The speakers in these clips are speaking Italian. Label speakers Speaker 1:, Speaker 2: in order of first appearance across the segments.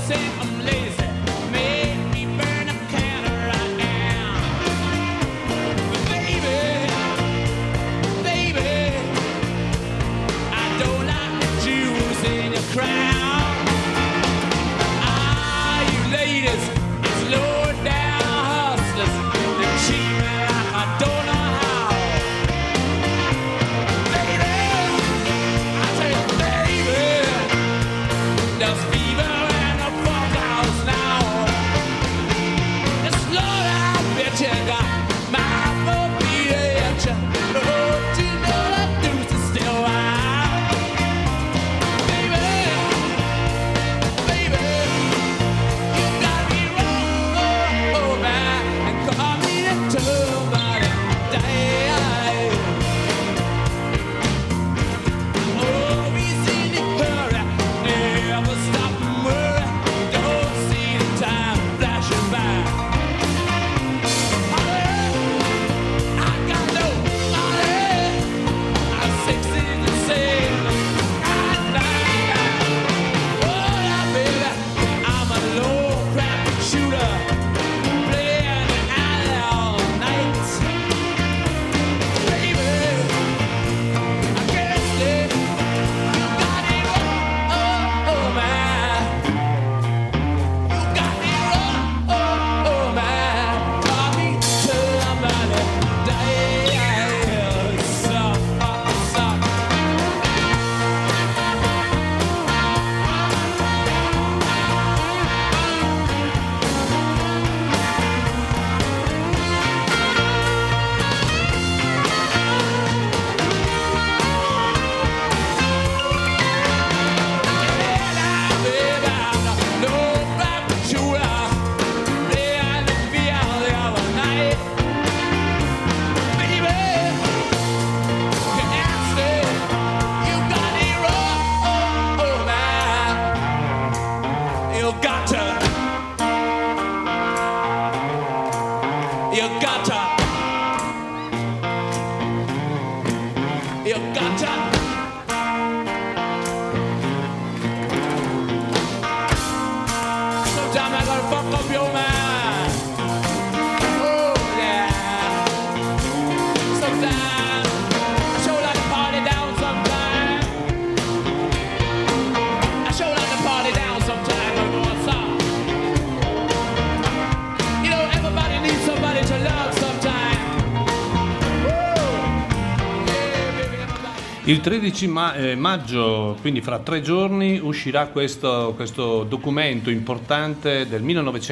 Speaker 1: Il 13 maggio, quindi fra 3 giorni, uscirà questo documento importante del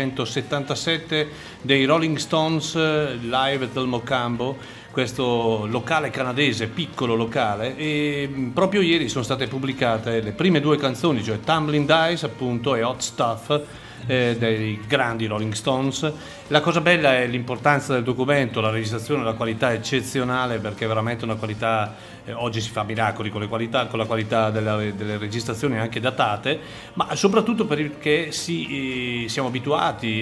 Speaker 1: 1977 dei Rolling Stones, live al Mocambo, questo locale canadese, piccolo locale, e proprio ieri sono state pubblicate le prime 2 canzoni, cioè Tumbling Dice appunto e Hot Stuff, dei grandi Rolling Stones. La cosa bella è l'importanza del documento, la registrazione, la qualità eccezionale, perché è veramente una qualità, oggi si fa miracoli con la qualità delle registrazioni anche datate, ma soprattutto perché siamo abituati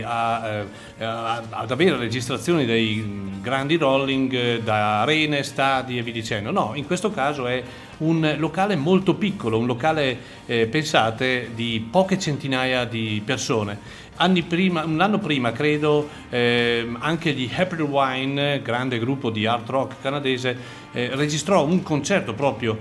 Speaker 1: ad avere registrazioni dei grandi Rolling da arene, stadi e via dicendo. No, in questo caso è un locale molto piccolo, un locale, pensate, di poche centinaia di persone. Un anno prima credo, anche gli Happy Wine, grande gruppo di hard rock canadese, registrò un concerto proprio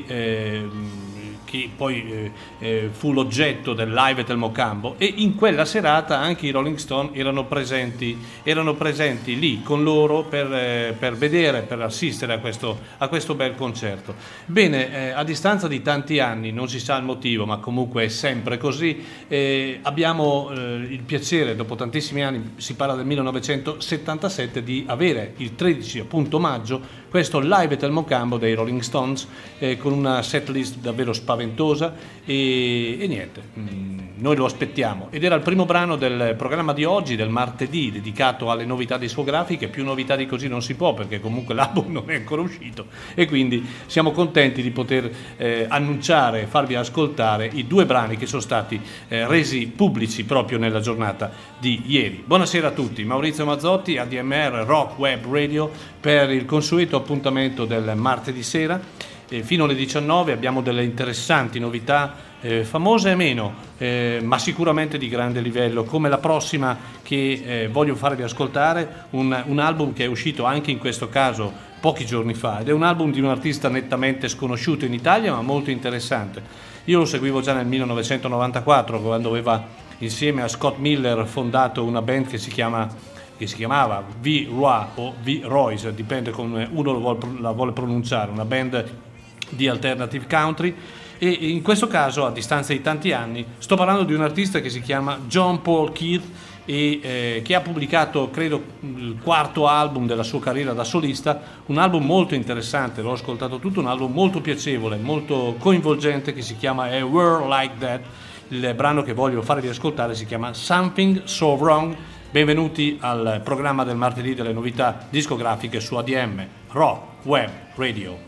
Speaker 1: che poi fu l'oggetto del live at El Mocambo, e in quella serata anche i Rolling Stone erano presenti lì con loro per vedere, per assistere a questo bel concerto. Bene, a distanza di tanti anni, non si sa il motivo, ma comunque è sempre così, abbiamo il piacere, dopo tantissimi anni, si parla del 1977, di avere il 13 appunto maggio questo live at El Mocambo dei Rolling Stones, con una setlist davvero spaventosa, e niente, noi lo aspettiamo, ed era il primo brano del programma di oggi, del martedì, dedicato alle novità discografiche. Più novità di così non si può, perché comunque l'album non è ancora uscito, e quindi siamo contenti di poter annunciare e farvi ascoltare i 2 brani che sono stati resi pubblici proprio nella giornata di ieri. Buonasera a tutti, Maurizio Mazzotti, ADMR Rock Web Radio, per il consueto appuntamento del martedì sera. Fino alle 19 abbiamo delle interessanti novità famose e meno, ma sicuramente di grande livello, come la prossima che voglio farvi ascoltare, un album che è uscito anche in questo caso pochi giorni fa, ed è un album di un artista nettamente sconosciuto in Italia ma molto interessante. Io lo seguivo già nel 1994, quando aveva insieme a Scott Miller fondato una band che si chiamava V-Roy o V-Royce, dipende come uno la vuole pronunciare, una band di alternative country. E in questo caso, a distanza di tanti anni, sto parlando di un artista che si chiama John Paul Keith e che ha pubblicato, credo, il quarto album della sua carriera da solista, un album molto interessante, l'ho ascoltato tutto, un album molto piacevole, molto coinvolgente, che si chiama A World Like That. Il brano che voglio farvi ascoltare si chiama Something So Wrong. Benvenuti al programma del martedì delle novità discografiche su ADM Rock Web Radio.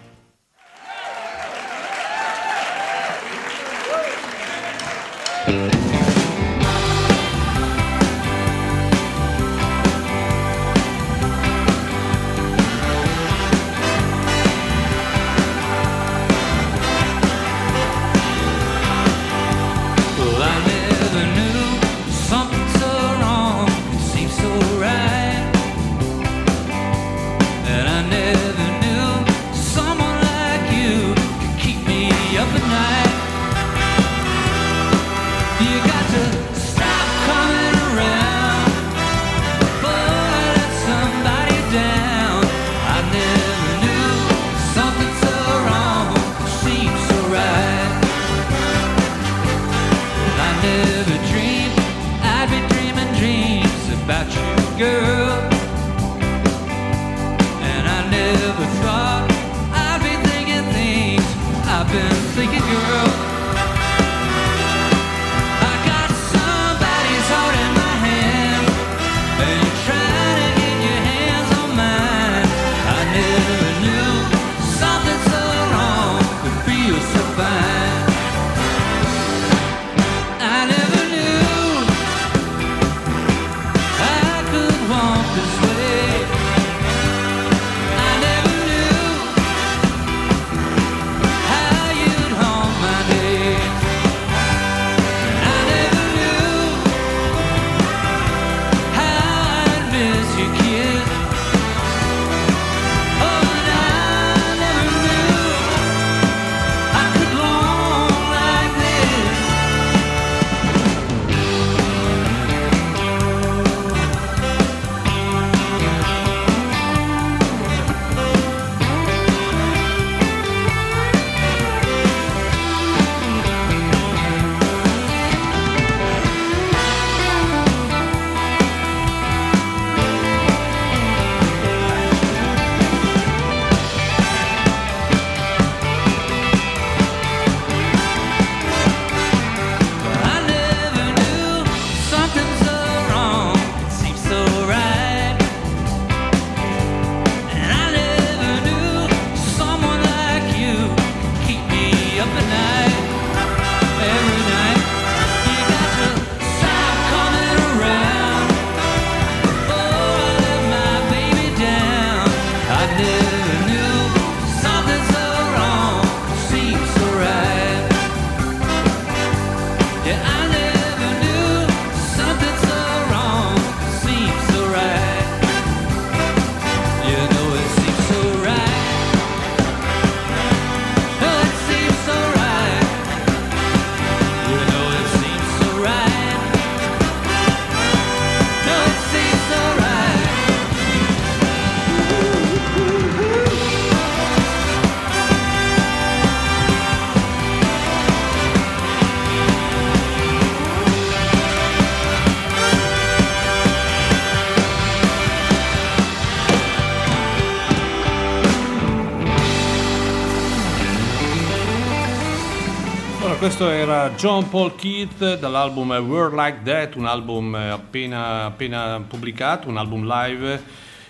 Speaker 1: Questo era John Paul Keith dall'album A World Like That, un album appena pubblicato, un album live,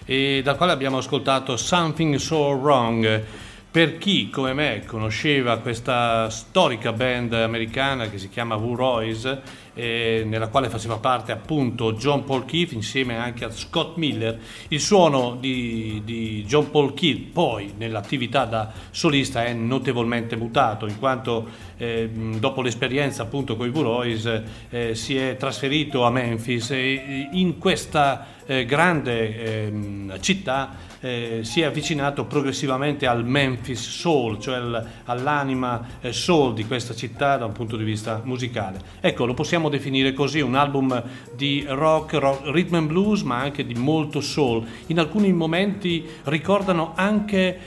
Speaker 1: e dal quale abbiamo ascoltato Something So Wrong. Per chi come me conosceva questa storica band americana che si chiama V-Royce, nella quale faceva parte appunto John Paul Keith insieme anche a Scott Miller. Il suono di John Paul Keith poi nell'attività da solista è notevolmente mutato, in quanto dopo l'esperienza appunto con i Burois si è trasferito a Memphis e in questa grande città si è avvicinato progressivamente al Memphis Soul, cioè all'anima soul di questa città da un punto di vista musicale. Ecco, lo possiamo definire così, un album di rock, rhythm and blues, ma anche di molto soul. In alcuni momenti ricorda anche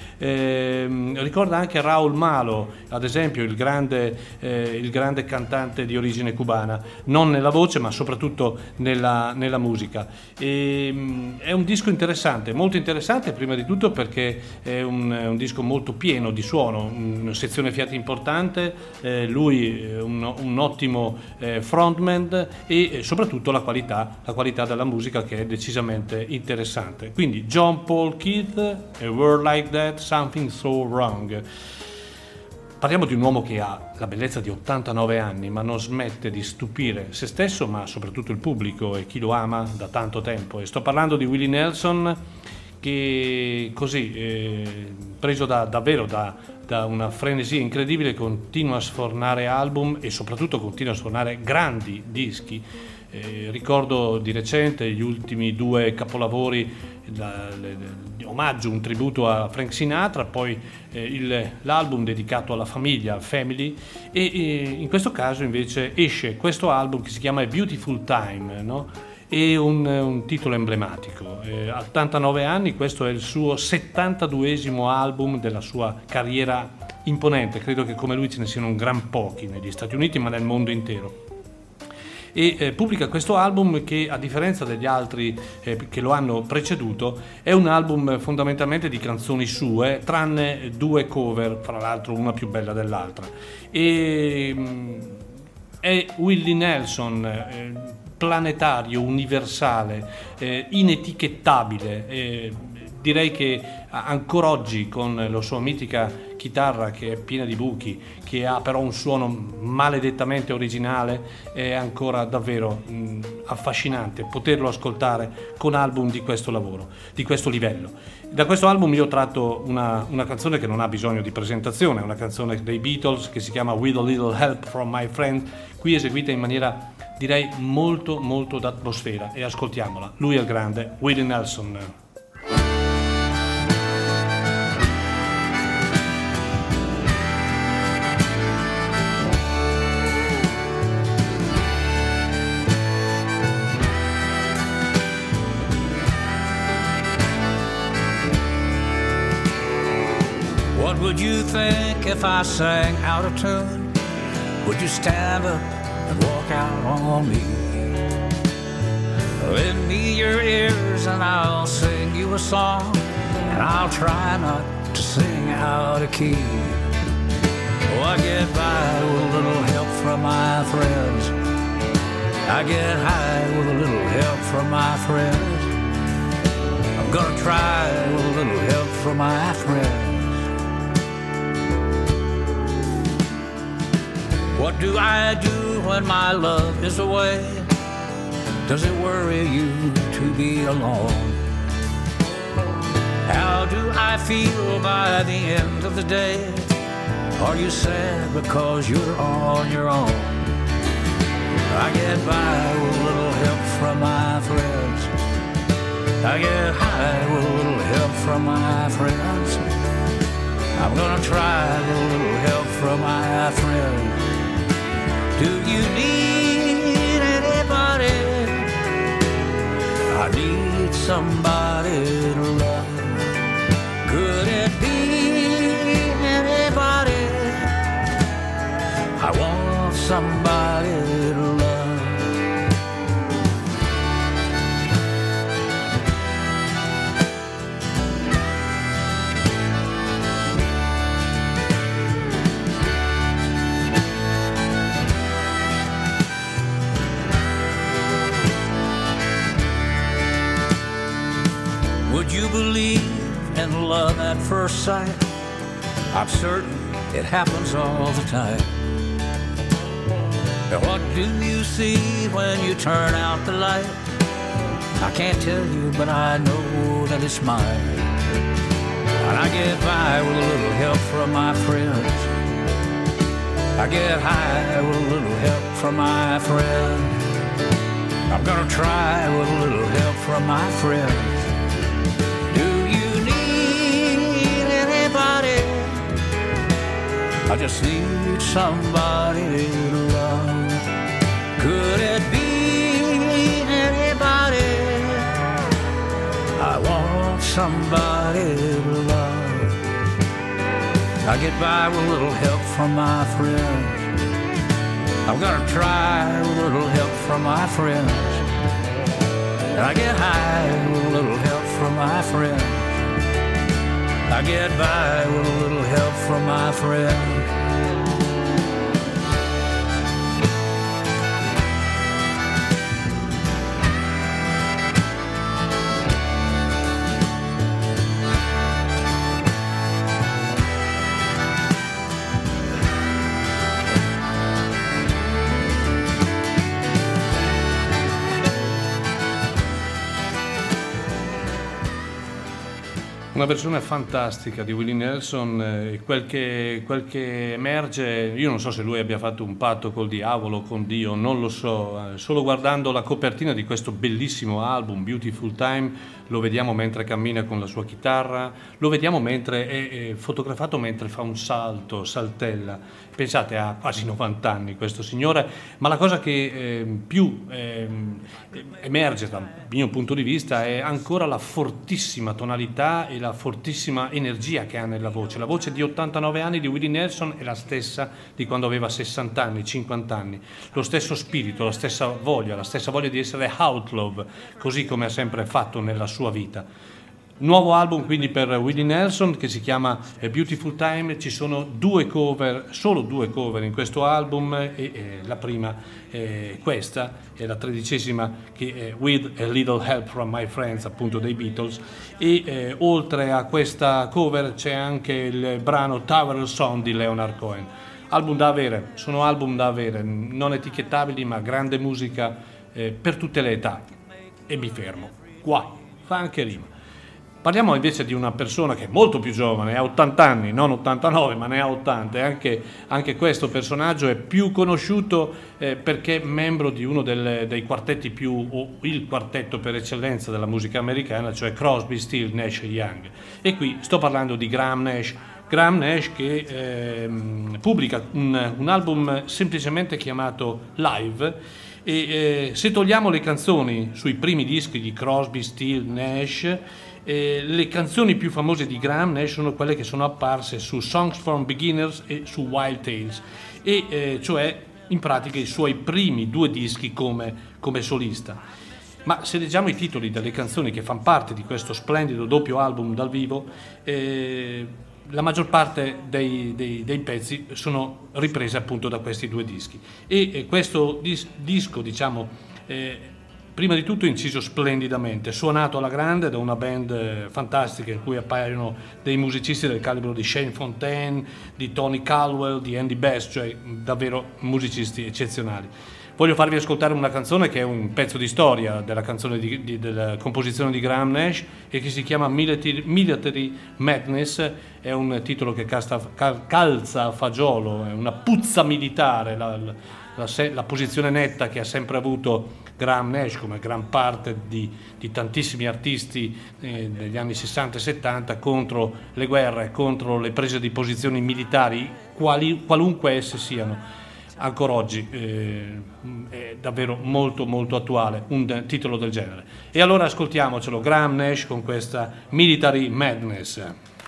Speaker 1: Raúl Malo, ad esempio il grande cantante di origine cubana, non nella voce ma soprattutto nella musica. È un disco interessante, molto interessante, prima di tutto perché è un disco molto pieno di suono, una sezione fiati importante, lui un ottimo frontman e soprattutto la qualità della musica che è decisamente interessante. Quindi John Paul Keith, A World Like That, Something So Wrong. Parliamo di un uomo che ha la bellezza di 89 anni, ma non smette di stupire se stesso, ma soprattutto il pubblico e chi lo ama da tanto tempo. E sto parlando di Willie Nelson, che così, preso davvero da una frenesia incredibile, continua a sfornare album e soprattutto continua a sfornare grandi dischi. Ricordo di recente gli ultimi 2 capolavori, omaggio, un tributo a Frank Sinatra, poi l'album dedicato alla famiglia, Family, e in questo caso invece esce questo album che si chiama A Beautiful Time, no? È un titolo emblematico. A 89 anni questo è il suo 72esimo album della sua carriera imponente. Credo che come lui ce ne siano un gran pochi negli Stati Uniti, ma nel mondo intero. E pubblica questo album che, a differenza degli altri che lo hanno preceduto, è un album fondamentalmente di canzoni sue, tranne 2 cover, fra l'altro una più bella dell'altra. E è Willie Nelson, planetario, universale, inetichettabile. Direi che ancora oggi, con la sua mitica chitarra che è piena di buchi, che ha però un suono maledettamente originale, è ancora davvero affascinante poterlo ascoltare con album di questo livello. Da questo album io ho tratto una canzone che non ha bisogno di presentazione, è una canzone dei Beatles che si chiama With a Little Help from My Friend, qui eseguita in maniera, direi, molto molto d'atmosfera, e ascoltiamola. Lui è il grande Willie Nelson.
Speaker 2: What would you think if I sang out of tune? Would you stand up and walk out on me? Lend me your ears and I'll sing you a song, and I'll try not to sing out of key. Oh, I get by with a little help from my friends. I get high with a little help from my friends. I'm gonna try with a little help from my friends. What do I do when my love is away? Does it worry you to be alone? How do I feel by the end of the day? Are you sad because you're on your own? I get by with a little help from my friends. I get high with a little help from my friends. I'm gonna try with a little help from my friends. Do you need anybody? I need somebody to love. Could it be anybody? I want somebody to love. Would you believe in love at first sight? I'm certain it happens all the time. And what do you see when you turn out the light? I can't tell you, but I know that it's mine. And I get by with a little help from my friends. I get high with a little help from my friends. I'm gonna try with a little help from my friends. Do you need anybody? I just need somebody to love. Could it be anybody? I want somebody to love. I get by with a little help from my friends. I'm gonna try with a little help from my friends. And I get high with a little help from my friends. I get by with a little help from my friends.
Speaker 1: Una versione fantastica di Willie Nelson, quel che emerge, io non so se lui abbia fatto un patto col diavolo o con Dio, non lo so, solo guardando la copertina di questo bellissimo album, Beautiful Time, lo vediamo mentre cammina con la sua chitarra, lo vediamo mentre è fotografato mentre fa un salto, saltella. Pensate, ha quasi 90 anni questo signore, ma la cosa che più emerge dal mio punto di vista è ancora la fortissima tonalità e la fortissima energia che ha nella voce. La voce di 89 anni di Willie Nelson è la stessa di quando aveva 60 anni, 50 anni. Lo stesso spirito, la stessa voglia di essere outlaw, così come ha sempre fatto nella sua vita. Nuovo album quindi per Willie Nelson che si chiama A Beautiful Time. Ci sono solo due cover in questo album e la prima è questa, è la 13ª, che è With a Little Help from My Friends, appunto dei Beatles, e oltre a questa cover c'è anche il brano Tower Song di Leonard Cohen. Sono album da avere, non etichettabili, ma grande musica per tutte le età. E mi fermo qua, fa anche rima. Parliamo invece di una persona che è molto più giovane, ha 80 anni, non 89, ma ne ha 80, e anche questo personaggio è più conosciuto perché è membro di uno dei quartetti o il quartetto per eccellenza della musica americana, cioè Crosby, Stills, Nash Young. E qui sto parlando di Graham Nash che pubblica un album semplicemente chiamato Live. E se togliamo le canzoni sui primi dischi di Crosby, Stills, Nash, le canzoni più famose di Graham Nash sono quelle che sono apparse su Songs for Beginners e su Wild Tales, cioè in pratica i suoi primi 2 dischi come solista. Ma se leggiamo i titoli delle canzoni che fanno parte di questo splendido doppio album dal vivo, la maggior parte dei pezzi sono riprese appunto da questi 2 dischi. E questo disco, diciamo, prima di tutto inciso splendidamente, suonato alla grande da una band fantastica in cui appaiono dei musicisti del calibro di Shane Fontaine, di Tony Caldwell, di Andy Best, cioè davvero musicisti eccezionali. Voglio farvi ascoltare una canzone che è un pezzo di storia della canzone della composizione di Graham Nash e che si chiama Military Madness. È un titolo che calza a fagiolo, è una puzza militare, la posizione netta che ha sempre avuto Graham Nash, come gran parte di tantissimi artisti degli anni 60 e 70, contro le guerre, contro le prese di posizioni militari, qualunque esse siano. Ancora oggi è davvero molto molto attuale un titolo del genere. E allora ascoltiamocelo, Graham Nash con questa Military Madness.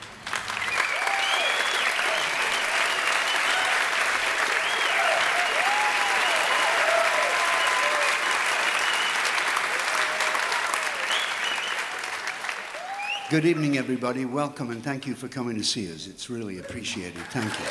Speaker 3: Good evening, everybody. Welcome and thank you for coming to see us. It's really appreciated. Thank you.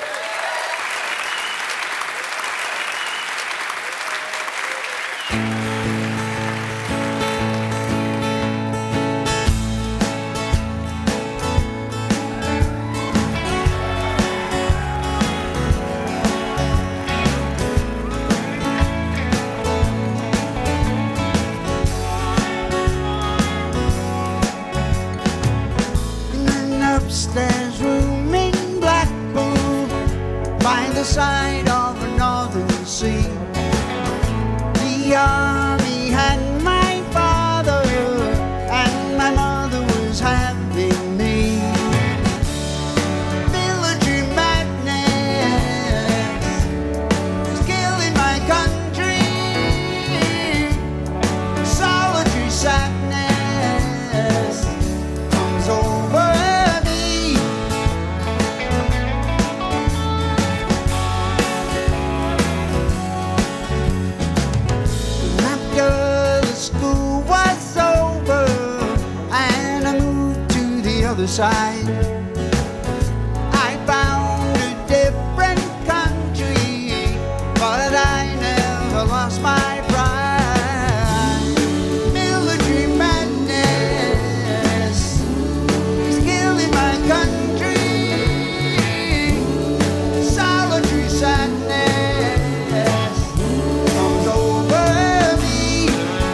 Speaker 4: side of the northern sea. The army had my father and my mother was having me. Military madness is killing my country. Solitary sadness comes over me. After the school was over and I moved to the other side, I found a different country, but I never lost my pride. Military madness is killing my country. Solitary sadness comes over me.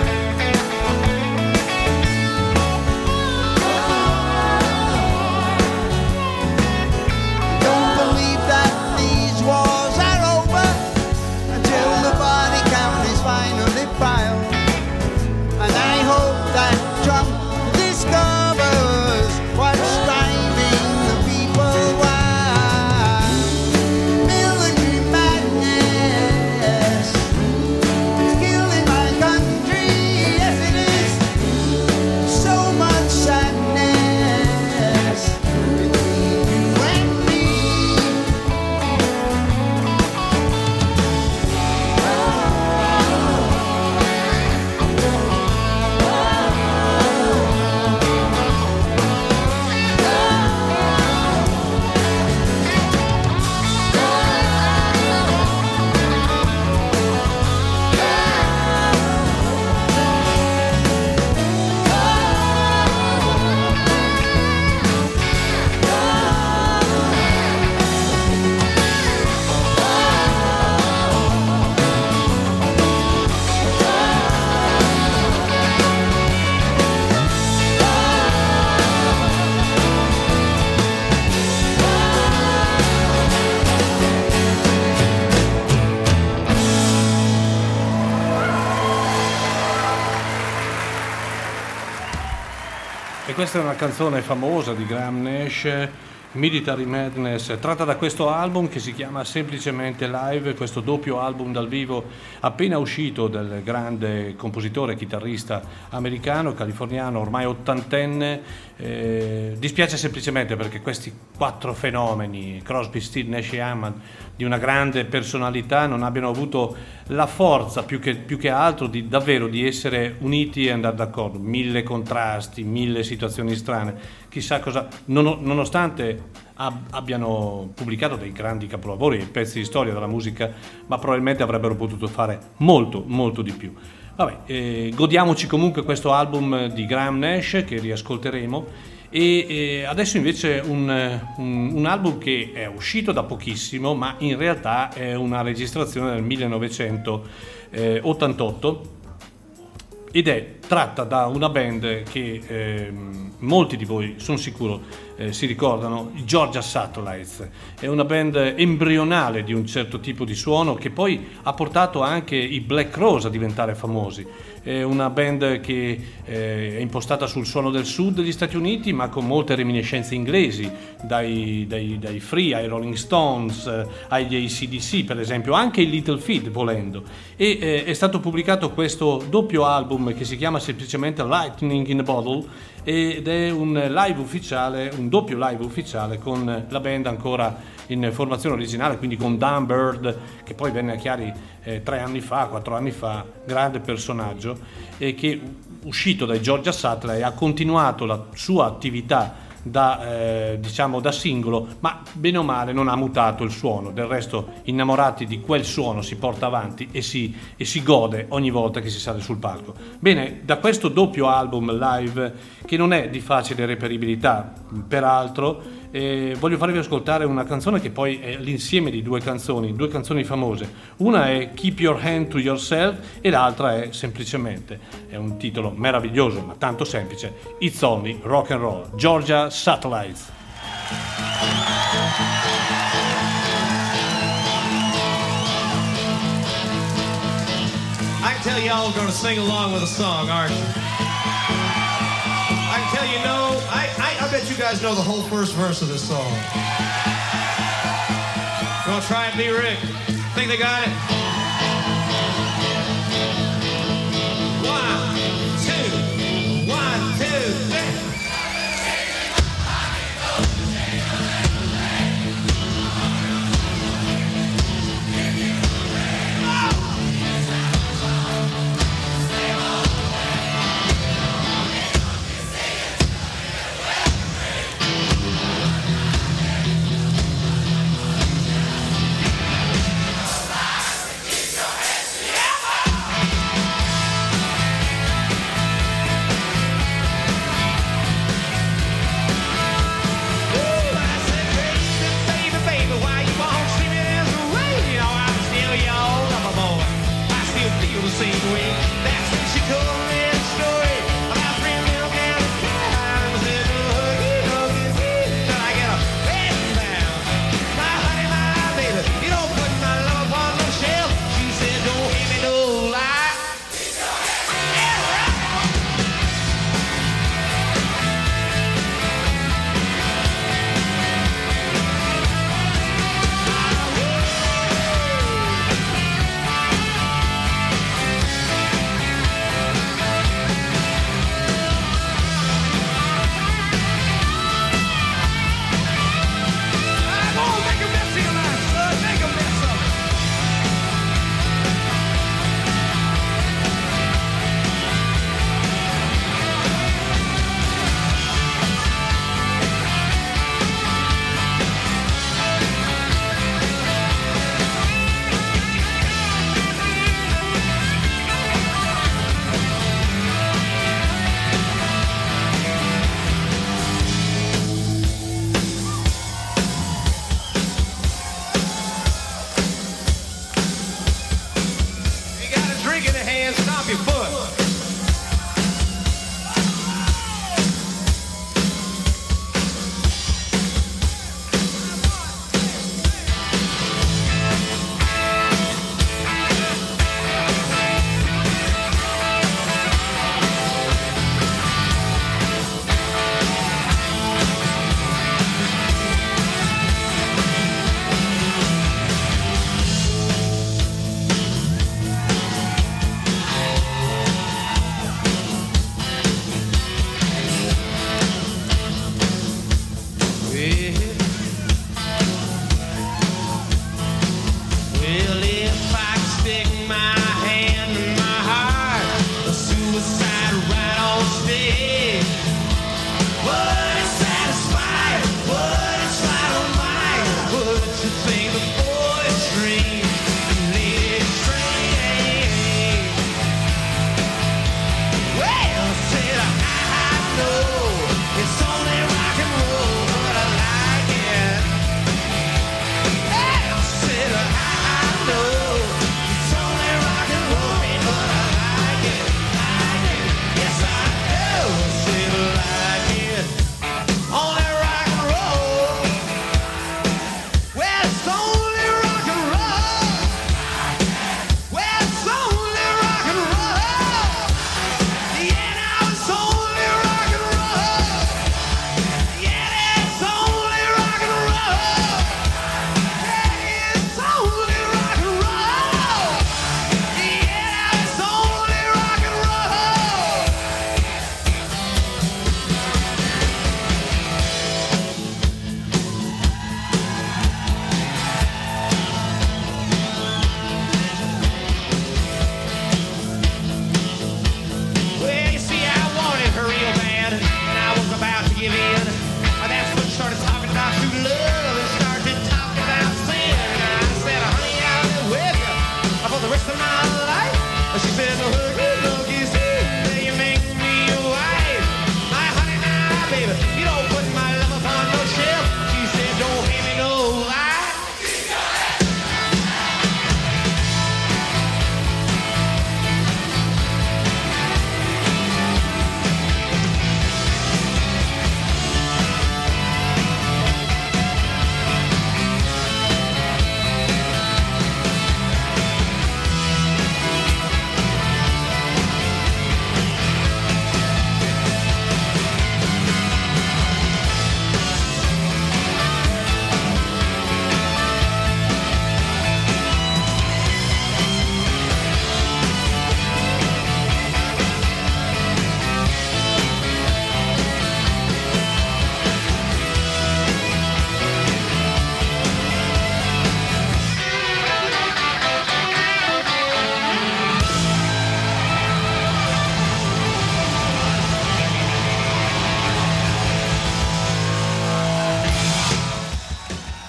Speaker 4: Don't believe that these wars are over until the body count is finally filed. And I hope that Trump discovers what's driving the people wild. Military madness is killing my country. Yes, it is. So much sadness between you and me.
Speaker 1: E questa è una canzone famosa di Graham Nash, Military Madness, tratta da questo album che si chiama semplicemente Live, questo doppio album dal vivo appena uscito del grande compositore e chitarrista americano, californiano, ormai ottantenne. Dispiace semplicemente perché questi quattro fenomeni, Crosby, Stills, Nash e Hammond, di una grande personalità, non abbiano avuto la forza più che altro di davvero di essere uniti e andare d'accordo. Mille contrasti, mille situazioni strane, chissà cosa, nonostante abbiano pubblicato dei grandi capolavori e pezzi di storia della musica, ma probabilmente avrebbero potuto fare molto molto di più. Vabbè, godiamoci comunque questo album di Graham Nash che riascolteremo. E adesso invece un album che è uscito da pochissimo, ma in realtà è una registrazione del 1988 ed è tratta da una band che molti di voi, sono sicuro, si ricordano, i Georgia Satellites. È una band embrionale di un certo tipo di suono che poi ha portato anche i Black Crowes a diventare famosi. È una band che è impostata sul suono del sud degli Stati Uniti, ma con molte reminiscenze inglesi, dai Free ai Rolling Stones, agli AC/DC per esempio, anche i Little Feat volendo. E è stato pubblicato questo doppio album che si chiama semplicemente Lightning in a Bottle ed è un live ufficiale, un doppio live ufficiale con la band ancora in formazione originale, quindi con Dan Bird, che poi venne a Chiari 4 anni fa, grande personaggio, e che uscito dai Georgia Satellites ha continuato la sua attività da singolo, ma bene o male non ha mutato il suono. Del resto, innamorati di quel suono, si porta avanti e si gode ogni volta che si sale sul palco. Bene, da questo doppio album live, che non è di facile reperibilità peraltro, voglio farvi ascoltare una canzone che poi è l'insieme di due canzoni famose. Una è Keep Your Hand to Yourself e l'altra è semplicemente, è un titolo meraviglioso ma tanto semplice, It's Only Rock and Roll, Georgia Satellites.
Speaker 5: tell y'all are going to sing along with the song, aren't you? I can tell you know, I bet you guys know the whole first verse of this song. You want to try it, B-Rick? Think they got it? 1, 2, 1, 2, 3.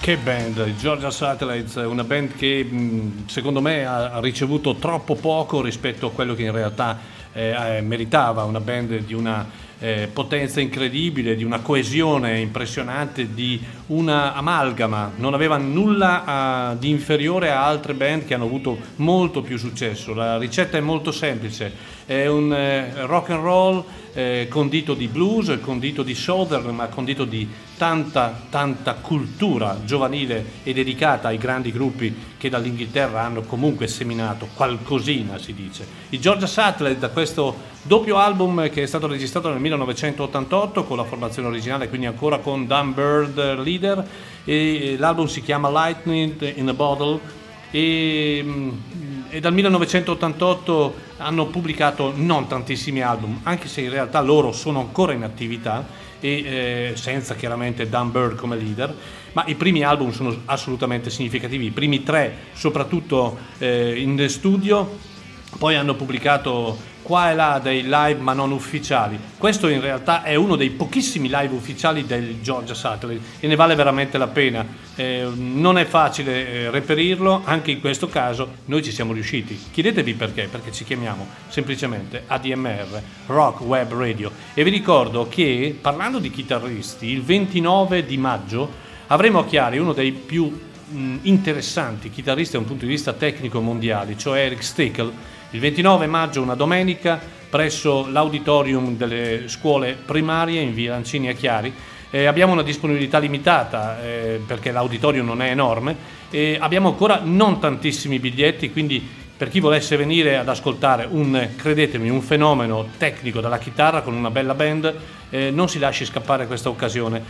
Speaker 1: Che band, i Georgia Satellites, una band che secondo me ha ricevuto troppo poco rispetto a quello che in realtà meritava, una band di una potenza incredibile, di una coesione impressionante, di una amalgama, non aveva nulla di inferiore a altre band che hanno avuto molto più successo. La ricetta è molto semplice, è un rock and roll condito di blues, condito di southern, ma condito di tanta cultura giovanile e dedicata ai grandi gruppi che dall'Inghilterra hanno comunque seminato qualcosina, si dice. I Georgia Satellites, da questo doppio album che è stato registrato nel 1988 con la formazione originale, quindi ancora con Dan Bird leader, e l'album si chiama Lightning in a Bottle, e dal 1988 hanno pubblicato non tantissimi album, anche se in realtà loro sono ancora in attività e senza chiaramente Dan Bird come leader, ma i primi album sono assolutamente significativi, i primi 3 soprattutto in studio. Poi hanno pubblicato qua e là dei live ma non ufficiali. Questo in realtà è uno dei pochissimi live ufficiali del Georgia Satellite e ne vale veramente la pena. Non è facile reperirlo, anche in questo caso noi ci siamo riusciti. Chiedetevi perché ci chiamiamo semplicemente ADMR, Rock Web Radio. E vi ricordo che, parlando di chitarristi, il 29 di maggio avremo a Chiari uno dei più interessanti chitarristi da un punto di vista tecnico mondiale, cioè Eric Stickel. Il 29 maggio, una domenica, presso l'auditorium delle scuole primarie in via Lancini a Chiari. Abbiamo una disponibilità limitata perché l'auditorium non è enorme e abbiamo ancora non tantissimi biglietti, quindi per chi volesse venire ad ascoltare credetemi, un fenomeno tecnico dalla chitarra con una bella band, non si lasci scappare questa occasione.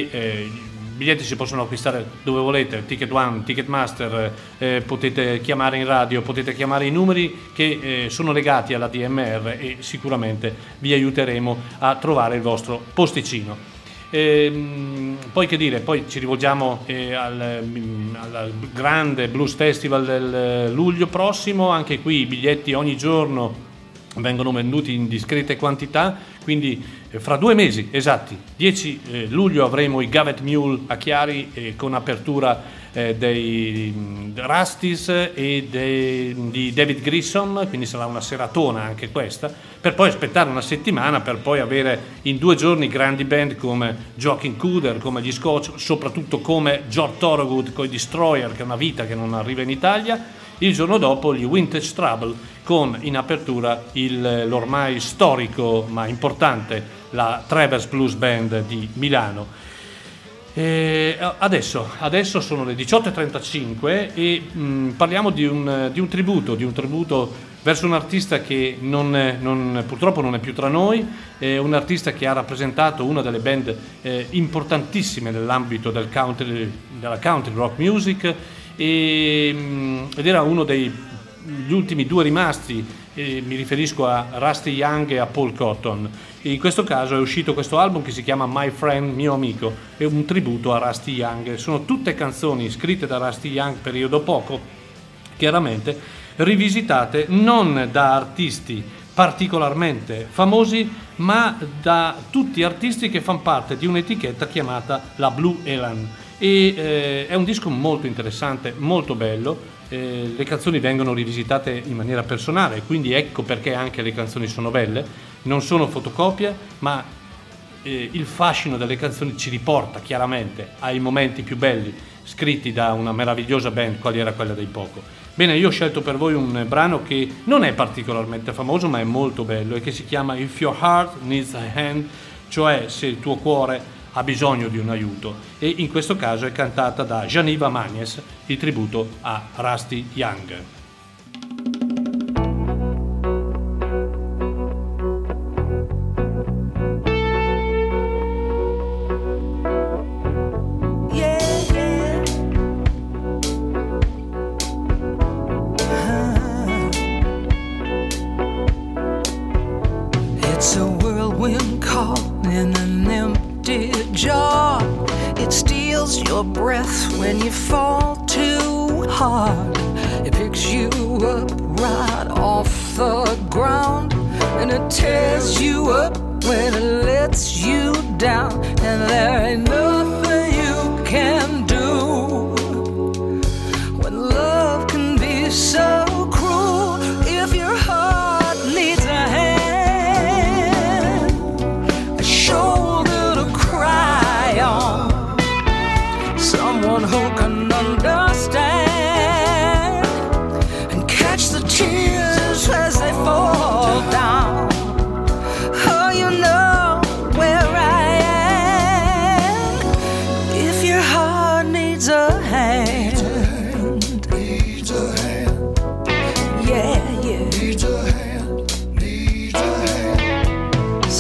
Speaker 1: I biglietti si possono acquistare dove volete, Ticket One, Ticketmaster, potete chiamare in radio, potete chiamare i numeri che sono legati alla DMR e sicuramente vi aiuteremo a trovare il vostro posticino. Poi che dire, poi ci rivolgiamo al grande Blues Festival del luglio prossimo, anche qui i biglietti ogni giorno vengono venduti in discrete quantità, quindi fra 2 mesi esatti, 10 luglio avremo i Gavet Mule a Chiari con apertura dei Rusties e di David Grissom, quindi sarà una seratona anche questa, per poi aspettare una settimana per poi avere in 2 giorni grandi band come Joaquin Cooder, come gli Scotch, soprattutto come George Thorogood con i Destroyer, che è una vita che non arriva in Italia. Il giorno dopo gli Vintage Trouble con in apertura l'ormai storico ma importante la Travers Blues Band di Milano. Adesso sono le 18:35 e parliamo di un tributo verso un artista che purtroppo non è più tra noi, un artista che ha rappresentato una delle band importantissime nell'ambito della country rock music ed era uno degli ultimi 2 rimasti, mi riferisco a Rusty Young e a Paul Cotton. In questo caso è uscito questo album che si chiama My Friend, mio amico, è un tributo a Rusty Young. Sono tutte canzoni scritte da Rusty Young periodo poco, chiaramente rivisitate non da artisti particolarmente famosi, ma da tutti artisti che fanno parte di un'etichetta chiamata la Blue Elan. È un disco molto interessante, molto bello. Le canzoni vengono rivisitate in maniera personale, quindi ecco perché anche le canzoni sono belle, non sono fotocopie, ma il fascino delle canzoni ci riporta chiaramente ai momenti più belli scritti da una meravigliosa band quale era quella dei Poco. Bene, io ho scelto per voi un brano che non è particolarmente famoso ma è molto bello e che si chiama If Your Heart Needs a Hand, cioè se il tuo cuore ha bisogno di un aiuto, e in questo caso è cantata da Janiva Magnes, il tributo a Rusty Young.
Speaker 6: It's a whirlwind caught in an empty jar. It steals your breath when you fall too hard. It picks you up right off the ground, and it tears you up when it lets you down. And there ain't nothing you can do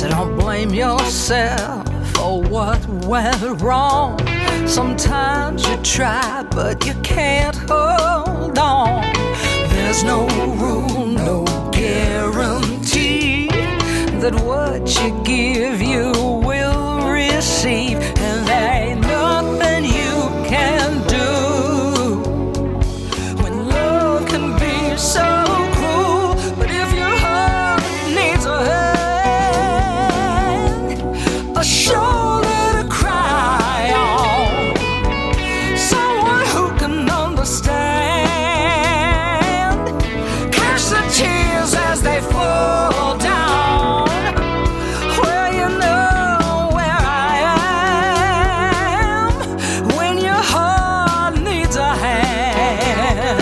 Speaker 6: So don't blame yourself for what went wrong. Sometimes you try, but you can't hold on. There's no rule, no guarantee that what you give you will receive, and there ain't nothing you can do when love can be so cruel. But if your heart needs a hand, a shoulder to cry on, someone who can understand, catch the tears as they fall down. Well, you know where I am when your heart needs a hand.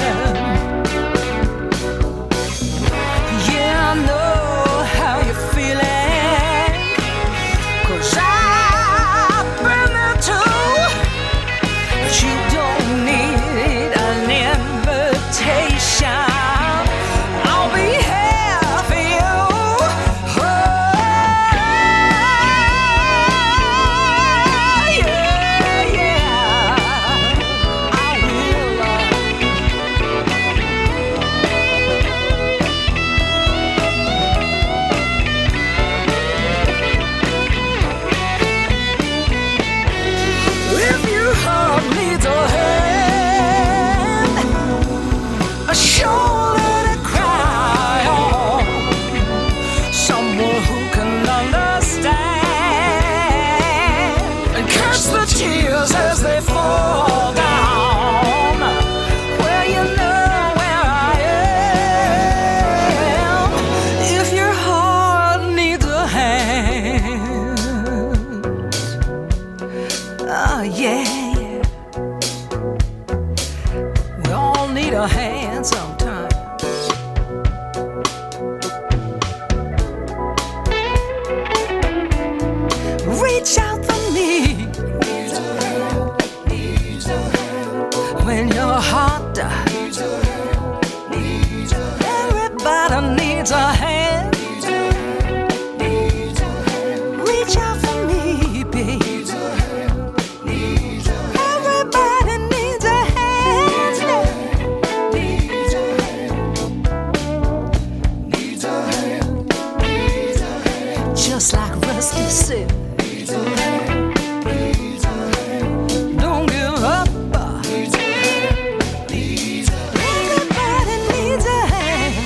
Speaker 6: Yeah, I know how you're feeling, 'cause I've been there too. But you don't need an invitation. I'll be here for you. Oh, yeah, yeah. I will. If your heart needs a hand, a shoulder to cry on, someone who can understand, and catch the tears as they fall down. Well, you know where I am if your heart needs a hand. Oh, yeah, yeah. We all need a hand sometimes. Reach out for me when your heart dies. Everybody needs a hand. Reach out for me, babe. Everybody needs a hand. Just like Rusty said, don't give up. Everybody needs a hand.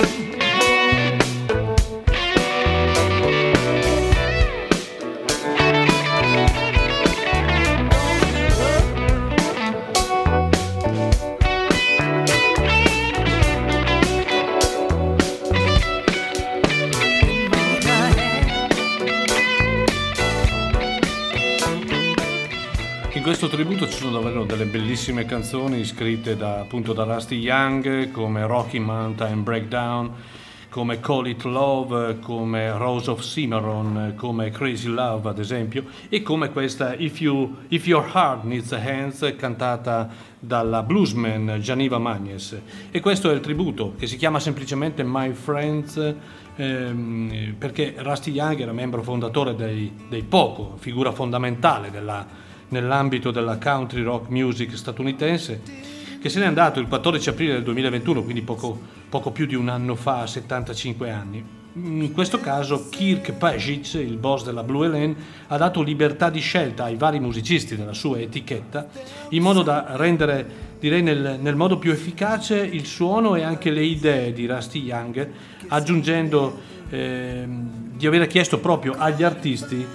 Speaker 1: In questo tributo ci sono davvero delle bellissime canzoni scritte appunto da Rusty Young, come Rocky Mountain Breakdown, come Call It Love, come Rose of Cimarron, come Crazy Love ad esempio, e come questa If Your Heart Needs a Hand, cantata dalla bluesman Janiva Magnes. E questo è il tributo, che si chiama semplicemente My Friends, perché Rusty Young era membro fondatore dei Poco, figura fondamentale nell'ambito della country rock music statunitense, che se n'è andato il 14 aprile del 2021, quindi poco più di un anno fa, a 75 anni. In questo caso Kirk Pajic, il boss della Blue Ellen, ha dato libertà di scelta ai vari musicisti della sua etichetta, in modo da rendere, direi nel modo più efficace, il suono e anche le idee di Rusty Young, aggiungendo di avere chiesto proprio agli artisti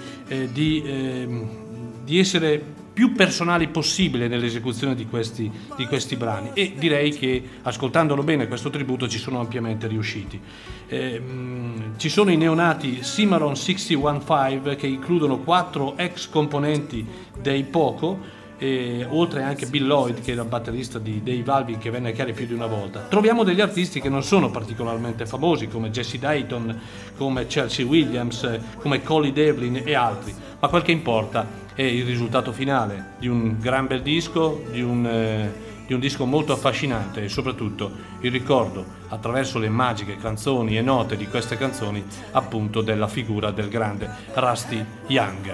Speaker 1: di essere più personali possibile nell'esecuzione di questi brani, e direi che ascoltandolo bene questo tributo ci sono ampiamente riusciti. Ci sono i neonati Cimarron 615, che includono 4 ex componenti dei Poco, oltre anche Bill Lloyd, che era il batterista di Dave Alvin, che venne a Chiari più di una volta. Troviamo degli artisti che non sono particolarmente famosi, come Jesse Dayton, come Chelsea Williams, come Collie Devlin e altri, ma quel che importa è il risultato finale di un gran bel disco, di un di un disco molto affascinante e soprattutto il ricordo attraverso le magiche canzoni e note di queste canzoni appunto della figura del grande Rusty Young.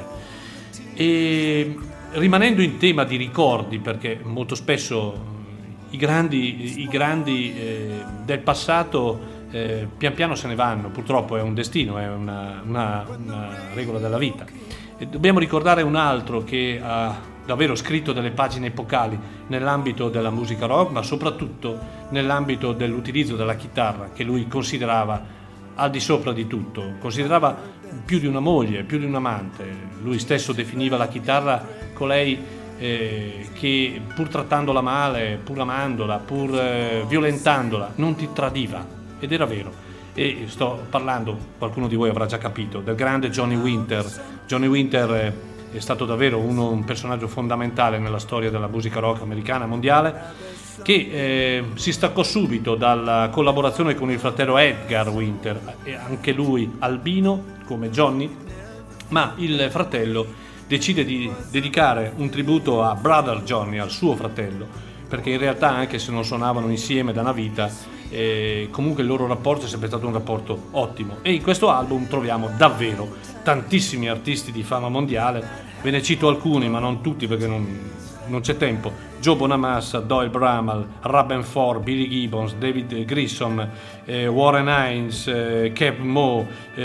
Speaker 1: E rimanendo in tema di ricordi, perché molto spesso i grandi del passato pian piano se ne vanno, purtroppo è un destino, è una regola della vita. E dobbiamo ricordare un altro che ha davvero scritto delle pagine epocali nell'ambito della musica rock, ma soprattutto nell'ambito dell'utilizzo della chitarra, che lui considerava al di sopra di tutto, considerava più di una moglie, più di un amante. Lui stesso definiva la chitarra colei che pur trattandola male, pur amandola, pur violentandola, non ti tradiva, ed era vero. E sto parlando, qualcuno di voi avrà già capito, del grande Johnny Winter. Johnny Winter è stato davvero un personaggio fondamentale nella storia della musica rock americana e mondiale, che si staccò subito dalla collaborazione con il fratello Edgar Winter, anche lui albino come Johnny, ma il fratello decide di dedicare un tributo a Brother Johnny, al suo fratello, perché in realtà, anche se non suonavano insieme da una vita, comunque il loro rapporto è sempre stato un rapporto ottimo. E in questo album troviamo davvero tantissimi artisti di fama mondiale. Ve ne cito alcuni, ma non tutti perché non c'è tempo: Joe Bonamassa, Doyle Bramall, Rub & Ford, Billy Gibbons, David Grissom, Warren Hines, Cap Moe,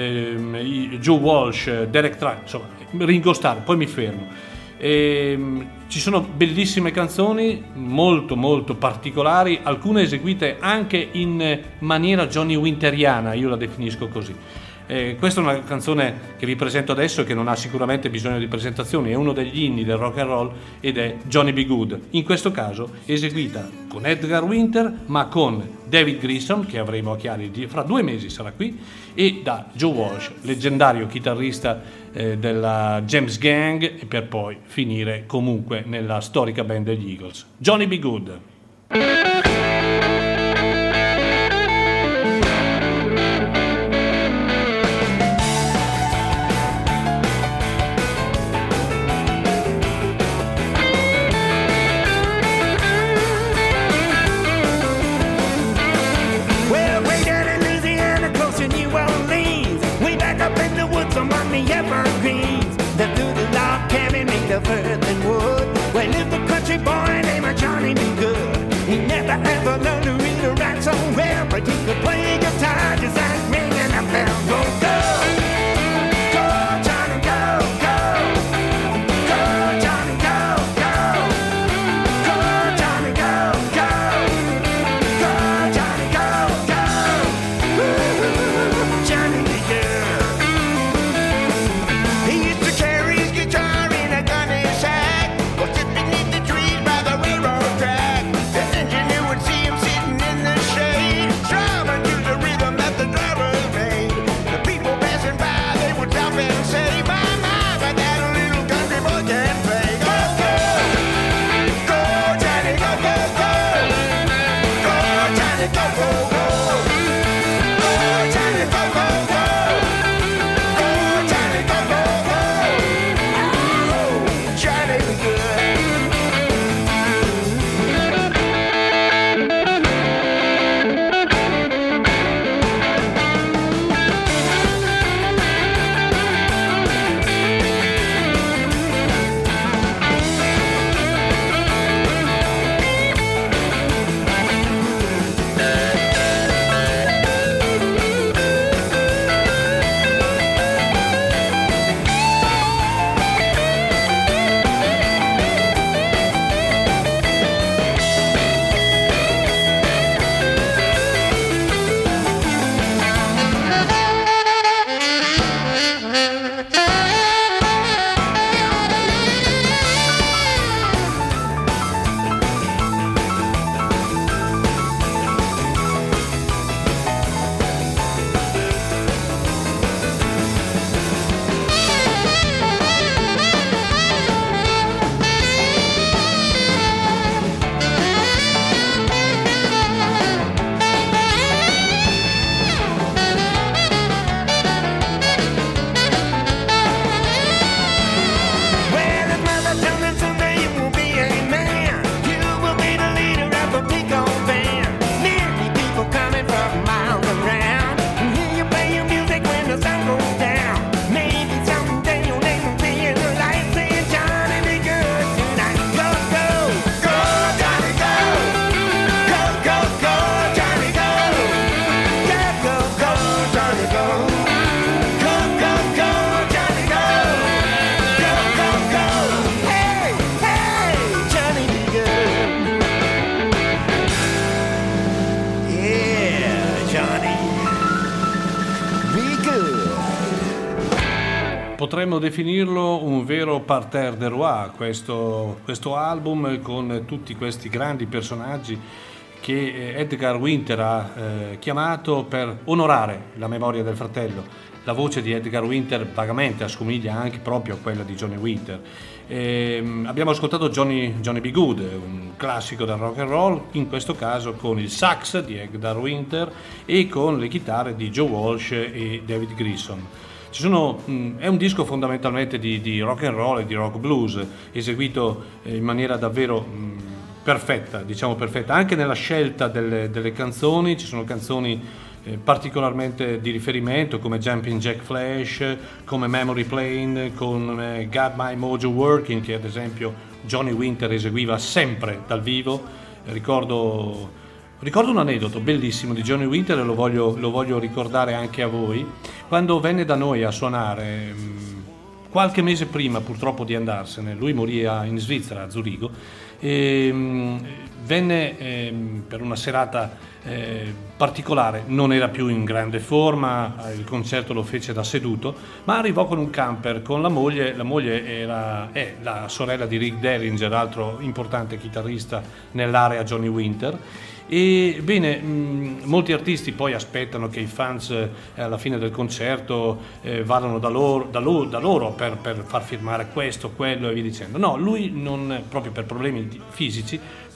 Speaker 1: Joe Walsh, Derek Trucks, insomma Ringo Starr, poi mi fermo. Ci sono bellissime canzoni molto molto particolari, alcune eseguite anche in maniera Johnny Winteriana, io la definisco così. Questa è una canzone che vi presento adesso e che non ha sicuramente bisogno di presentazioni, è uno degli inni del rock and roll ed è Johnny B. Good, in questo caso eseguita con Edgar Winter ma con David Grissom, che avremo a Chiari fra 2 mesi, sarà qui, e da Joe Walsh, leggendario chitarrista della James Gang, e per poi finire comunque nella storica band degli Eagles. Johnny B. Good.
Speaker 7: Of earth and wood, where lived a country boy named Johnny B. Good. He never ever learned to read or write so well, but he could play guitar just like me, and I felt go, go, go, Johnny, go, go, go, Johnny, go, go, go, Johnny, go, go, go, Johnny, go, go, ooh, Johnny B. Good. He used to carry his guitar sack, or sit beneath the trees by the railroad track. The engineer would see him
Speaker 1: potremmo definirlo un vero parterre de roi, questo album con tutti questi grandi personaggi che Edgar Winter ha chiamato per onorare la memoria del fratello. La voce di Edgar Winter vagamente assomiglia anche proprio a quella di Johnny Winter. Abbiamo ascoltato Johnny B. Good, un classico del rock and roll, in questo caso con il sax di Edgar Winter e con le chitarre di Joe Walsh e David Grissom. È un disco fondamentalmente di rock and roll e di rock blues, eseguito in maniera davvero perfetta, diciamo perfetta, anche nella scelta delle canzoni. Ci sono canzoni particolarmente di riferimento come Jumping Jack Flash, come Memory Plane, come Got My Mojo Working, che ad esempio Johnny Winter eseguiva sempre dal vivo. Ricordo un aneddoto bellissimo di Johnny Winter e lo voglio ricordare anche a voi. Quando venne da noi a suonare, qualche mese prima purtroppo di andarsene, lui morì in Svizzera, a Zurigo, e venne per una serata particolare. Non era più in grande forma, il concerto lo fece da seduto, ma arrivò con un camper con la moglie è la sorella di Rick Derringer, altro importante chitarrista nell'area Johnny Winter. E bene, molti artisti poi aspettano che i fans alla fine del concerto vadano da loro per far firmare questo, quello e via dicendo. No, lui non, proprio per problemi fisici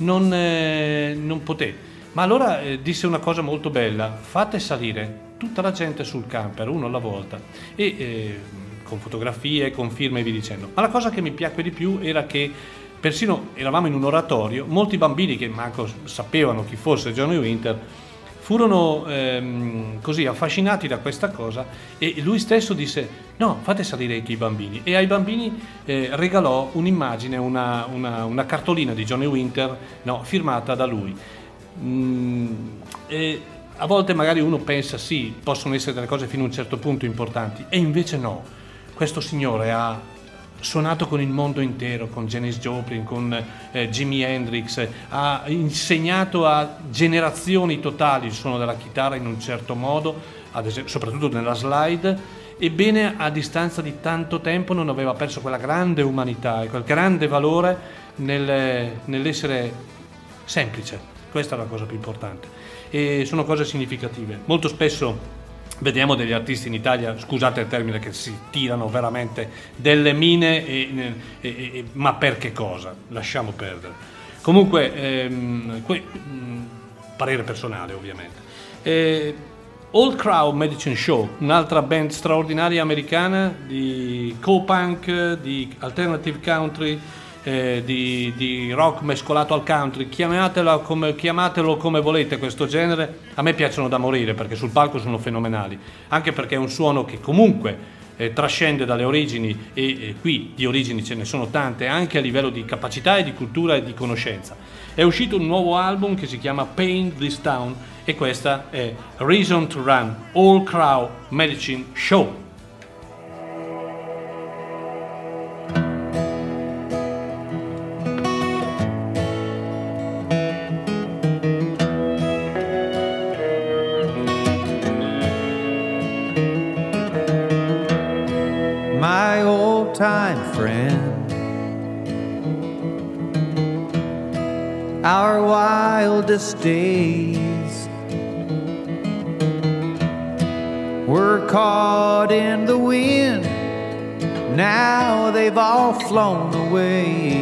Speaker 1: non poté. Ma allora disse una cosa molto bella: fate salire tutta la gente sul camper, uno alla volta, e con fotografie, con firme e via dicendo. Ma la cosa che mi piacque di più era che persino eravamo in un oratorio, molti bambini che manco sapevano chi fosse Johnny Winter furono così affascinati da questa cosa, e lui stesso disse: no, fate salire anche i bambini, e ai bambini regalò un'immagine, una cartolina di Johnny Winter, firmata da lui. E a volte magari uno pensa sì, possono essere delle cose fino a un certo punto importanti, e invece no. Questo signore ha suonato con il mondo intero, con Janis Joplin, con Jimi Hendrix, ha insegnato a generazioni totali il suono della chitarra in un certo modo, ad esempio, soprattutto nella slide. Ebbene, a distanza di tanto tempo non aveva perso quella grande umanità e quel grande valore nell'essere semplice. Questa è la cosa più importante, e sono cose significative. Molto spesso vediamo degli artisti in Italia, scusate il termine, che si tirano veramente delle mine, ma per che cosa? Lasciamo perdere. Comunque, parere personale ovviamente. Old Crow Medicine Show, un'altra band straordinaria americana di co-punk, di alternative country, di rock mescolato al country. Chiamatelo come volete questo genere. A me piacciono da morire, perché sul palco sono fenomenali, anche perché è un suono che comunque trascende dalle origini, e qui di origini ce ne sono tante, anche a livello di capacità e di cultura e di conoscenza. È uscito un nuovo album che si chiama Paint This Town, e questa è Reason to Run, Old Crow Medicine Show.
Speaker 2: Time friend, our wildest days were caught in the wind. Now they've all flown away,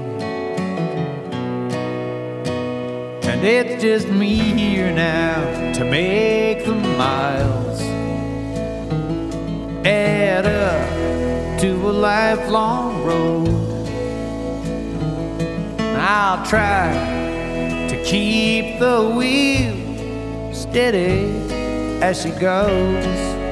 Speaker 2: and it's just me here now to make the miles add up to a lifelong road. I'll try to keep the wheel steady as she goes.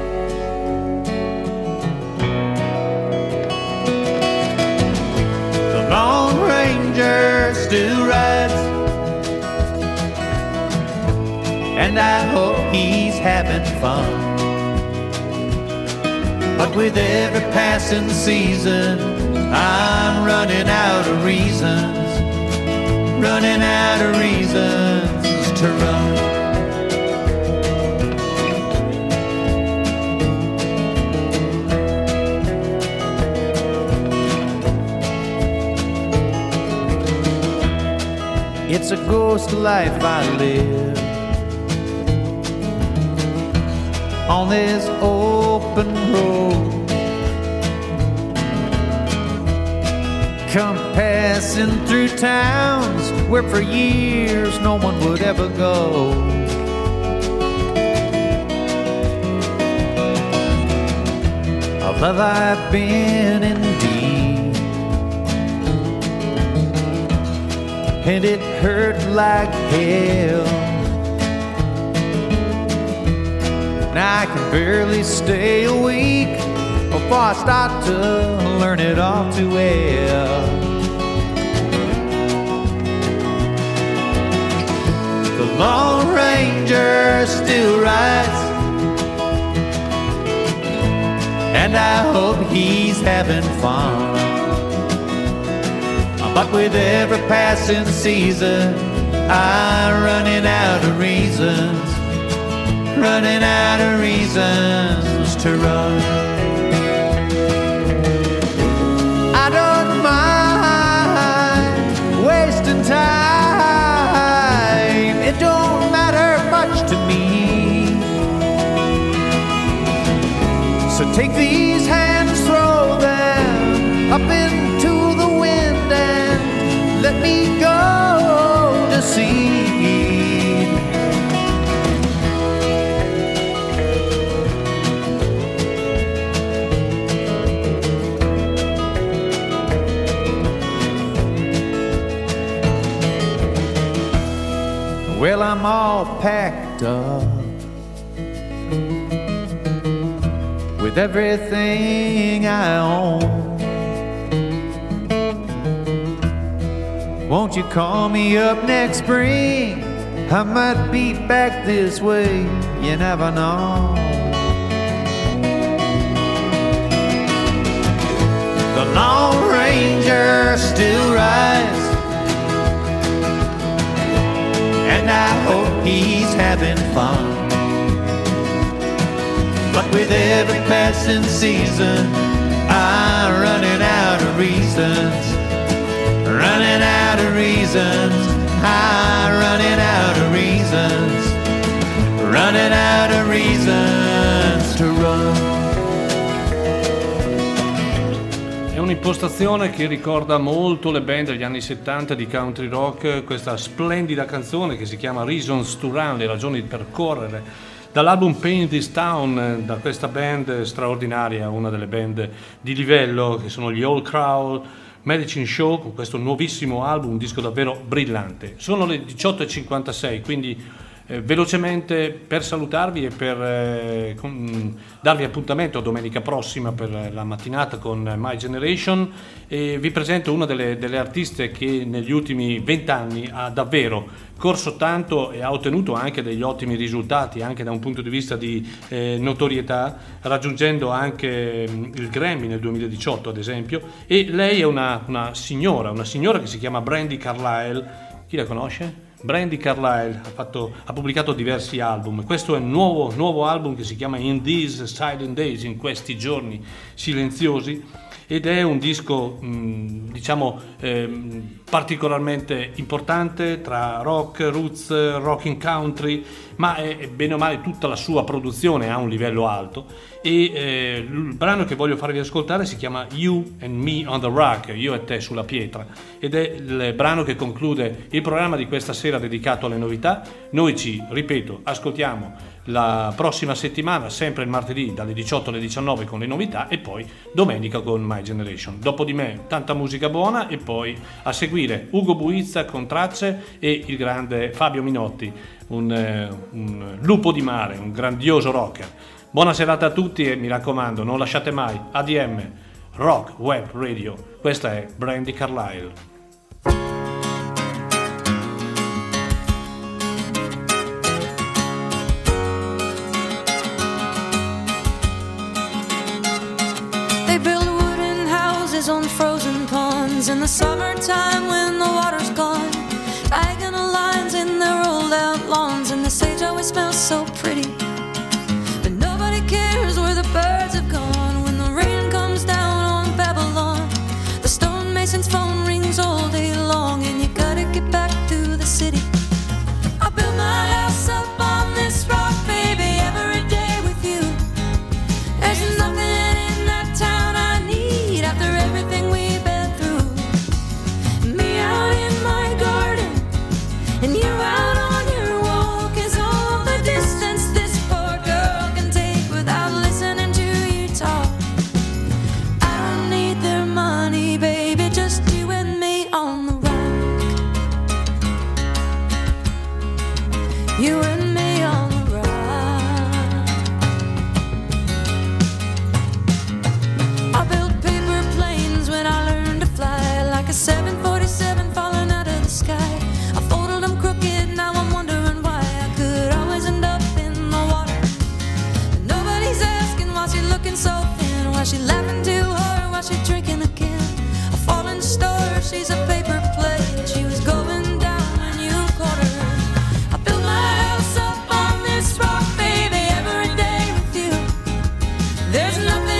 Speaker 2: The Lone Ranger still rides, and I hope he's having fun. But with every passing season, I'm running out of reasons to run.
Speaker 8: It's a ghost life I live on this open road. Come passing through towns where for years no one would ever go. Of love I've been indeed, and it hurt like hell. Now I can barely stay awake before I start to learn it all too well. The Lone Ranger still rides, and I hope he's having fun. But with every passing season, I'm running out of reasons, running out of reasons to run. I don't mind wasting time, it don't matter much to me. So take these hands, throw them up into the wind, and let me go to sea. Well, I'm all packed up with everything I own. Won't you call me up next spring? I might be back this way, you never know. The Lone Ranger still rides, and I hope he's having fun. But with every passing season, I'm running out of reasons, running out of reasons, I'm running out of reasons, running out of reasons to run.
Speaker 1: È un'impostazione che ricorda molto le band degli anni 70 di country rock, questa splendida canzone che si chiama Reasons to Run, le ragioni per correre, dall'album Paint This Town, da questa band straordinaria, una delle band di livello che sono gli Old Crow Medicine Show, con questo nuovissimo album, un disco davvero brillante. Sono le 18:56, quindi velocemente per salutarvi e per darvi appuntamento domenica prossima per la mattinata con My Generation, e vi presento una delle artiste che negli ultimi 20 anni ha davvero corso tanto e ha ottenuto anche degli ottimi risultati anche da un punto di vista di notorietà, raggiungendo anche il Grammy nel 2018 ad esempio. E lei è una signora che si chiama Brandi Carlile. Chi la conosce? Brandi Carlile ha pubblicato diversi album. Questo è un nuovo album che si chiama In These Silent Days, in questi giorni silenziosi, ed è un disco particolarmente importante tra rock, roots, rock in country, ma è bene o male tutta la sua produzione a un livello alto. E il brano che voglio farvi ascoltare si chiama You and Me on the Rock, io e te sulla pietra, ed è il brano che conclude il programma di questa sera dedicato alle novità. Noi ci, ripeto, ascoltiamo la prossima settimana, sempre il martedì dalle 18 alle 19 con le novità, e poi domenica con My Generation. Dopo di me tanta musica buona, e poi a seguire Ugo Buizza con Tracce e il grande Fabio Minotti, un lupo di mare, un grandioso rocker. Buona serata a tutti e mi raccomando, non lasciate mai ADM Rock Web Radio. Questa è Brandi Carlile.
Speaker 9: On frozen ponds in the summertime when the water's gone, diagonal lines in their rolled out lawns, and the sage always smells so pretty. But nobody cares where the birds have gone when the rain comes down on Babylon. The stonemason's phone rings all day long, and you gotta get back to the There's nothing